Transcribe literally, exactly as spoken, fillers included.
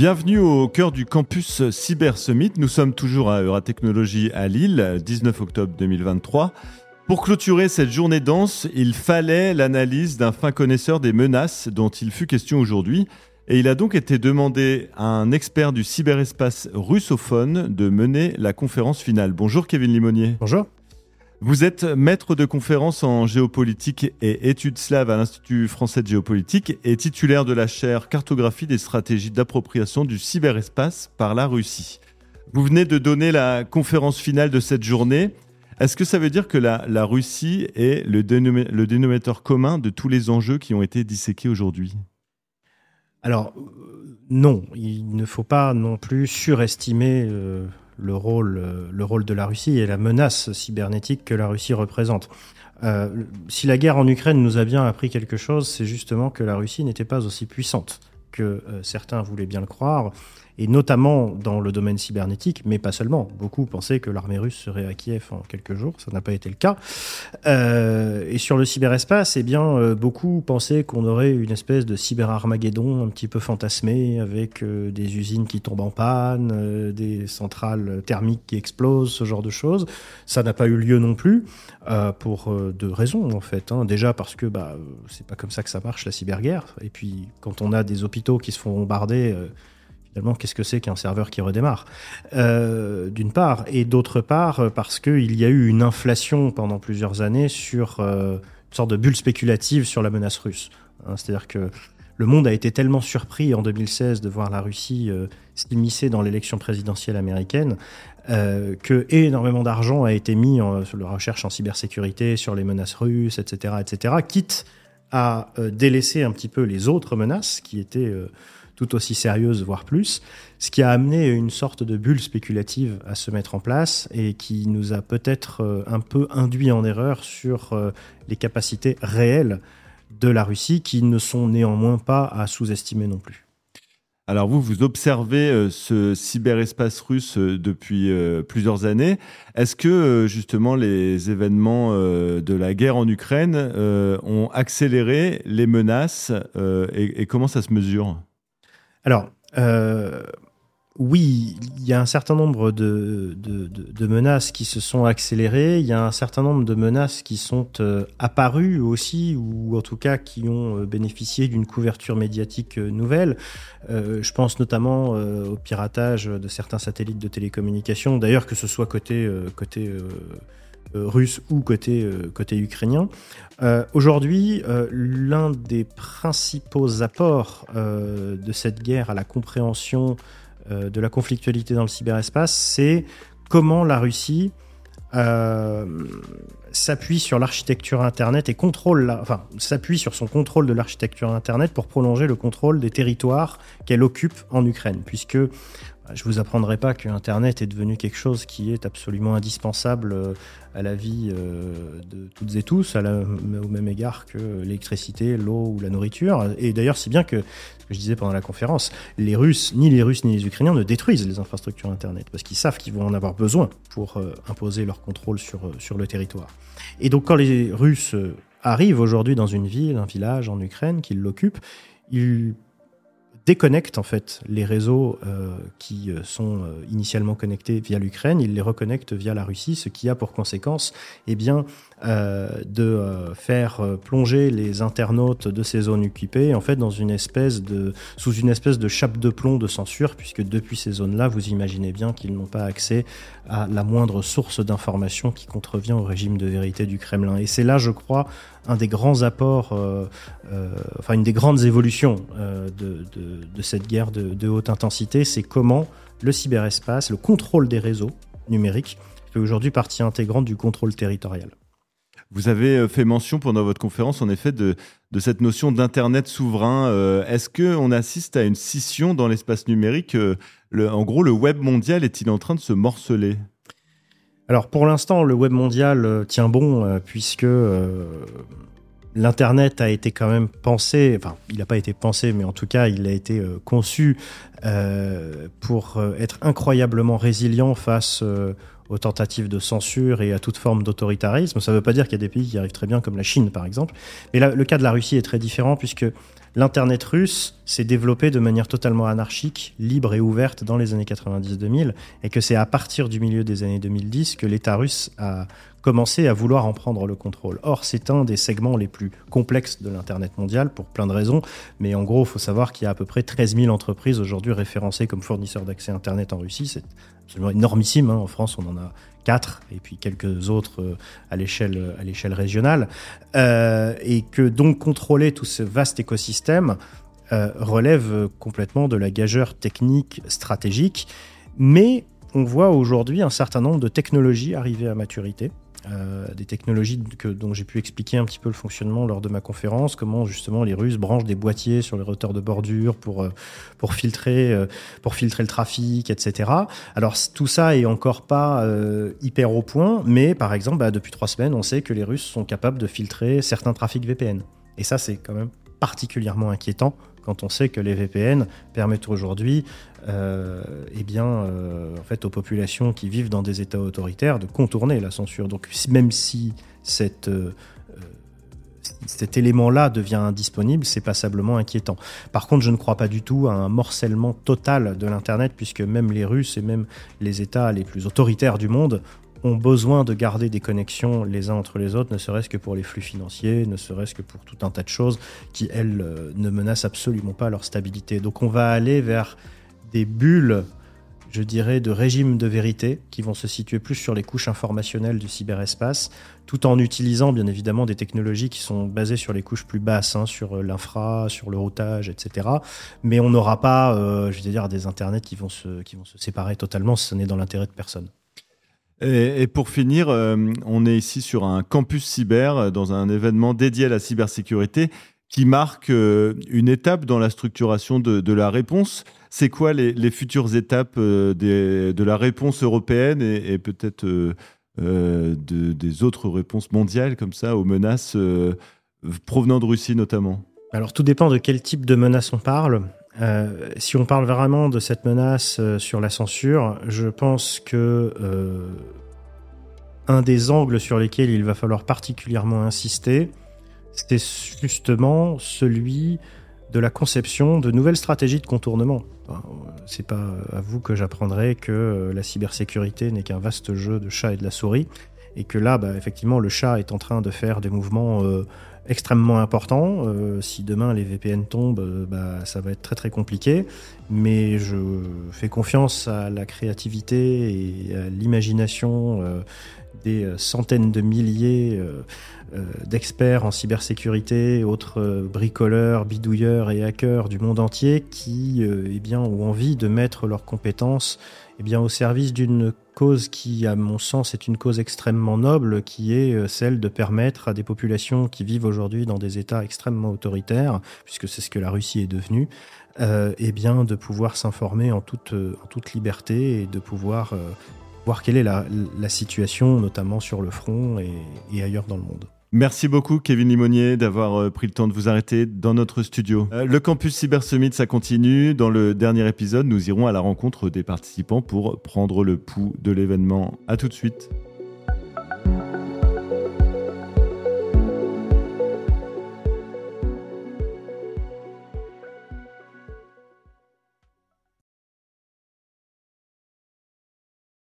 Bienvenue au cœur du campus Cyber Summit. Nous sommes toujours à Euratechnologie à Lille, dix-neuf octobre deux mille vingt-trois. Pour clôturer cette journée dense, il fallait l'analyse d'un fin connaisseur des menaces dont il fut question aujourd'hui. Et il a donc été demandé à un expert du cyberespace russophone de mener la conférence finale. Bonjour Kevin Limonier. Bonjour. Vous êtes maître de conférence en géopolitique et études slaves à l'Institut français de géopolitique et titulaire de la chaire Cartographie des stratégies d'appropriation du cyberespace par la Russie. Vous venez de donner la conférence finale de cette journée. Est-ce que ça veut dire que la, la Russie est le, dénomé, le dénominateur commun de tous les enjeux qui ont été disséqués aujourd'hui ? Alors, euh, non, il ne faut pas non plus surestimer euh, le, rôle, euh, le rôle de la Russie et la menace cybernétique que la Russie représente. Euh, si la guerre en Ukraine nous a bien appris quelque chose, c'est justement que la Russie n'était pas aussi puissante que euh, certains voulaient bien le croire, et notamment dans le domaine cybernétique, mais pas seulement. Beaucoup pensaient que l'armée russe serait à Kiev en quelques jours, ça n'a pas été le cas. Euh, et sur le cyberespace, eh bien, euh, beaucoup pensaient qu'on aurait une espèce de cyber-armageddon un petit peu fantasmé, avec euh, des usines qui tombent en panne, euh, des centrales thermiques qui explosent, ce genre de choses. Ça n'a pas eu lieu non plus, euh, pour euh, deux raisons en fait. Hein. Déjà parce que bah, c'est pas comme ça que ça marche la cyberguerre. Et puis quand on a des hôpitaux qui se font bombarder, euh, finalement, qu'est-ce que c'est qu'un serveur qui redémarre, euh, d'une part, et d'autre part, parce qu'il y a eu une inflation pendant plusieurs années sur euh, une sorte de bulle spéculative sur la menace russe. Hein, c'est-à-dire que le monde a été tellement surpris en deux mille seize de voir la Russie euh, s'immiscer dans l'élection présidentielle américaine euh, que énormément d'argent a été mis en, sur la recherche en cybersécurité, sur les menaces russes, et cetera, et cetera, quitte à euh, délaisser un petit peu les autres menaces qui étaient euh, tout aussi sérieuse, voire plus, ce qui a amené une sorte de bulle spéculative à se mettre en place et qui nous a peut-être un peu induit en erreur sur les capacités réelles de la Russie, qui ne sont néanmoins pas à sous-estimer non plus. Alors vous, vous observez ce cyberespace russe depuis plusieurs années. Est-ce que justement les événements de la guerre en Ukraine ont accéléré les menaces et, et comment ça se mesure ? Alors, euh, oui, il y a un certain nombre de, de, de, de menaces qui se sont accélérées. Il y a un certain nombre de menaces qui sont euh, apparues aussi, ou en tout cas qui ont bénéficié d'une couverture médiatique nouvelle. Euh, je pense notamment euh, au piratage de certains satellites de télécommunications, d'ailleurs que ce soit côté, euh, côté euh, euh, russe ou côté, euh, côté ukrainien. Euh, aujourd'hui, euh, l'un des principaux apports euh, de cette guerre à la compréhension euh, de la conflictualité dans le cyberespace, c'est comment la Russie euh, s'appuie sur l'architecture Internet et contrôle, la, enfin, s'appuie sur son contrôle de l'architecture Internet pour prolonger le contrôle des territoires qu'elle occupe en Ukraine, puisque je ne vous apprendrai pas que Internet est devenu quelque chose qui est absolument indispensable à la vie de toutes et tous, à la, au même égard que l'électricité, l'eau ou la nourriture. Et d'ailleurs, si bien que, ce que je disais pendant la conférence, les Russes, ni les Russes ni les Ukrainiens ne détruisent les infrastructures Internet, parce qu'ils savent qu'ils vont en avoir besoin pour euh, imposer leur contrôle sur, sur le territoire. Et donc, quand les Russes arrivent aujourd'hui dans une ville, un village en Ukraine, qu'ils l'occupent, ils déconnectent en fait les réseaux euh, qui sont euh, initialement connectés via l'Ukraine, ils les reconnectent via la Russie, ce qui a pour conséquence eh bien, euh, de euh, faire euh, plonger les internautes de ces zones occupées en fait, dans une espèce de, sous une espèce de chape de plomb de censure, puisque depuis ces zones-là, vous imaginez bien qu'ils n'ont pas accès à la moindre source d'information qui contrevient au régime de vérité du Kremlin. Et c'est là, je crois, un des grands apports, euh, euh, enfin une des grandes évolutions euh, de, de, de cette guerre de, de haute intensité, c'est comment le cyberespace, le contrôle des réseaux numériques, fait aujourd'hui partie intégrante du contrôle territorial. Vous avez fait mention pendant votre conférence, en effet, de, de cette notion d'Internet souverain. Euh, est-ce qu'on assiste à une scission dans l'espace numérique ? le, En gros, le web mondial est-il en train de se morceler ? Alors, pour l'instant, le web mondial euh, tient bon, euh, puisque euh, l'Internet a été quand même pensé, enfin, il n'a pas été pensé, mais en tout cas, il a été euh, conçu euh, pour euh, être incroyablement résilient face euh, aux tentatives de censure et à toute forme d'autoritarisme. Ça ne veut pas dire qu'il y a des pays qui arrivent très bien, comme la Chine, par exemple. Mais là, le cas de la Russie est très différent, puisque l'Internet russe s'est développé de manière totalement anarchique, libre et ouverte dans les années quatre-vingt-dix deux mille, et que c'est à partir du milieu des années deux mille dix que l'État russe a commencé à vouloir en prendre le contrôle. Or, c'est un des segments les plus complexes de l'Internet mondial, pour plein de raisons, mais en gros, il faut savoir qu'il y a à peu près treize mille entreprises aujourd'hui référencées comme fournisseurs d'accès Internet en Russie. C'est absolument énormissime, hein. En France, on en a quatre, et puis quelques autres euh, à l'échelle à l'échelle régionale, euh, et que donc contrôler tout ce vaste écosystème euh, relève complètement de la gageure technique stratégique, mais on voit aujourd'hui un certain nombre de technologies arriver à maturité. Euh, des technologies que, dont j'ai pu expliquer un petit peu le fonctionnement lors de ma conférence, comment justement les Russes branchent des boîtiers sur les routeurs de bordure pour, euh, pour, filtrer, euh, pour filtrer le trafic, et cetera. Alors tout ça est encore pas euh, hyper au point, mais par exemple, bah, depuis trois semaines, on sait que les Russes sont capables de filtrer certains trafics V P N. Et ça, c'est quand même particulièrement inquiétant quand on sait que les V P N permettent aujourd'hui euh, eh bien, euh, en fait, aux populations qui vivent dans des États autoritaires de contourner la censure. Donc même si cette, euh, cet élément-là devient indisponible, c'est passablement inquiétant. Par contre, je ne crois pas du tout à un morcellement total de l'Internet, puisque même les Russes et même les États les plus autoritaires du monde ont besoin de garder des connexions les uns entre les autres, ne serait-ce que pour les flux financiers, ne serait-ce que pour tout un tas de choses qui, elles, euh, ne menacent absolument pas leur stabilité. Donc on va aller vers des bulles, je dirais, de régimes de vérité qui vont se situer plus sur les couches informationnelles du cyberespace, tout en utilisant bien évidemment des technologies qui sont basées sur les couches plus basses, hein, sur l'infra, sur le routage, et cetera. Mais on n'aura pas, euh, je veux dire, des internets qui vont se, qui vont se séparer totalement, ce n'est dans l'intérêt de personne. Et, et pour finir, euh, on est ici sur un campus cyber, dans un événement dédié à la cybersécurité qui marque euh, une étape dans la structuration de, de la réponse. C'est quoi les, les futures étapes euh, des, de la réponse européenne et, et peut-être euh, euh, de, des autres réponses mondiales comme ça aux menaces euh, provenant de Russie notamment? Alors tout dépend de quel type de menace on parle. Euh, si on parle vraiment de cette menace euh, sur la censure, je pense que euh, un des angles sur lesquels il va falloir particulièrement insister, c'est justement celui de la conception de nouvelles stratégies de contournement. Enfin, c'est pas à vous que j'apprendrai que euh, la cybersécurité n'est qu'un vaste jeu de chat et de la souris, et que là, bah, effectivement, le chat est en train de faire des mouvements euh, extrêmement important. Euh, si demain les V P N tombent, euh, bah, ça va être très très compliqué. Mais je fais confiance à la créativité et à l'imagination euh, des centaines de milliers euh, euh, d'experts en cybersécurité, autres euh, bricoleurs, bidouilleurs et hackers du monde entier qui euh, eh bien, ont envie de mettre leurs compétences eh bien, au service d'une cause qui, à mon sens, est une cause extrêmement noble, qui est celle de permettre à des populations qui vivent aujourd'hui dans des États extrêmement autoritaires, puisque c'est ce que la Russie est devenue, euh, eh bien, de pouvoir s'informer en toute, en toute liberté et de pouvoir euh, voir quelle est la, la situation, notamment sur le front et, et ailleurs dans le monde. Merci beaucoup, Kevin Limonier, d'avoir pris le temps de vous arrêter dans notre studio. Le Campus Cyber Summit, ça continue. Dans le dernier épisode, nous irons à la rencontre des participants pour prendre le pouls de l'événement. À tout de suite.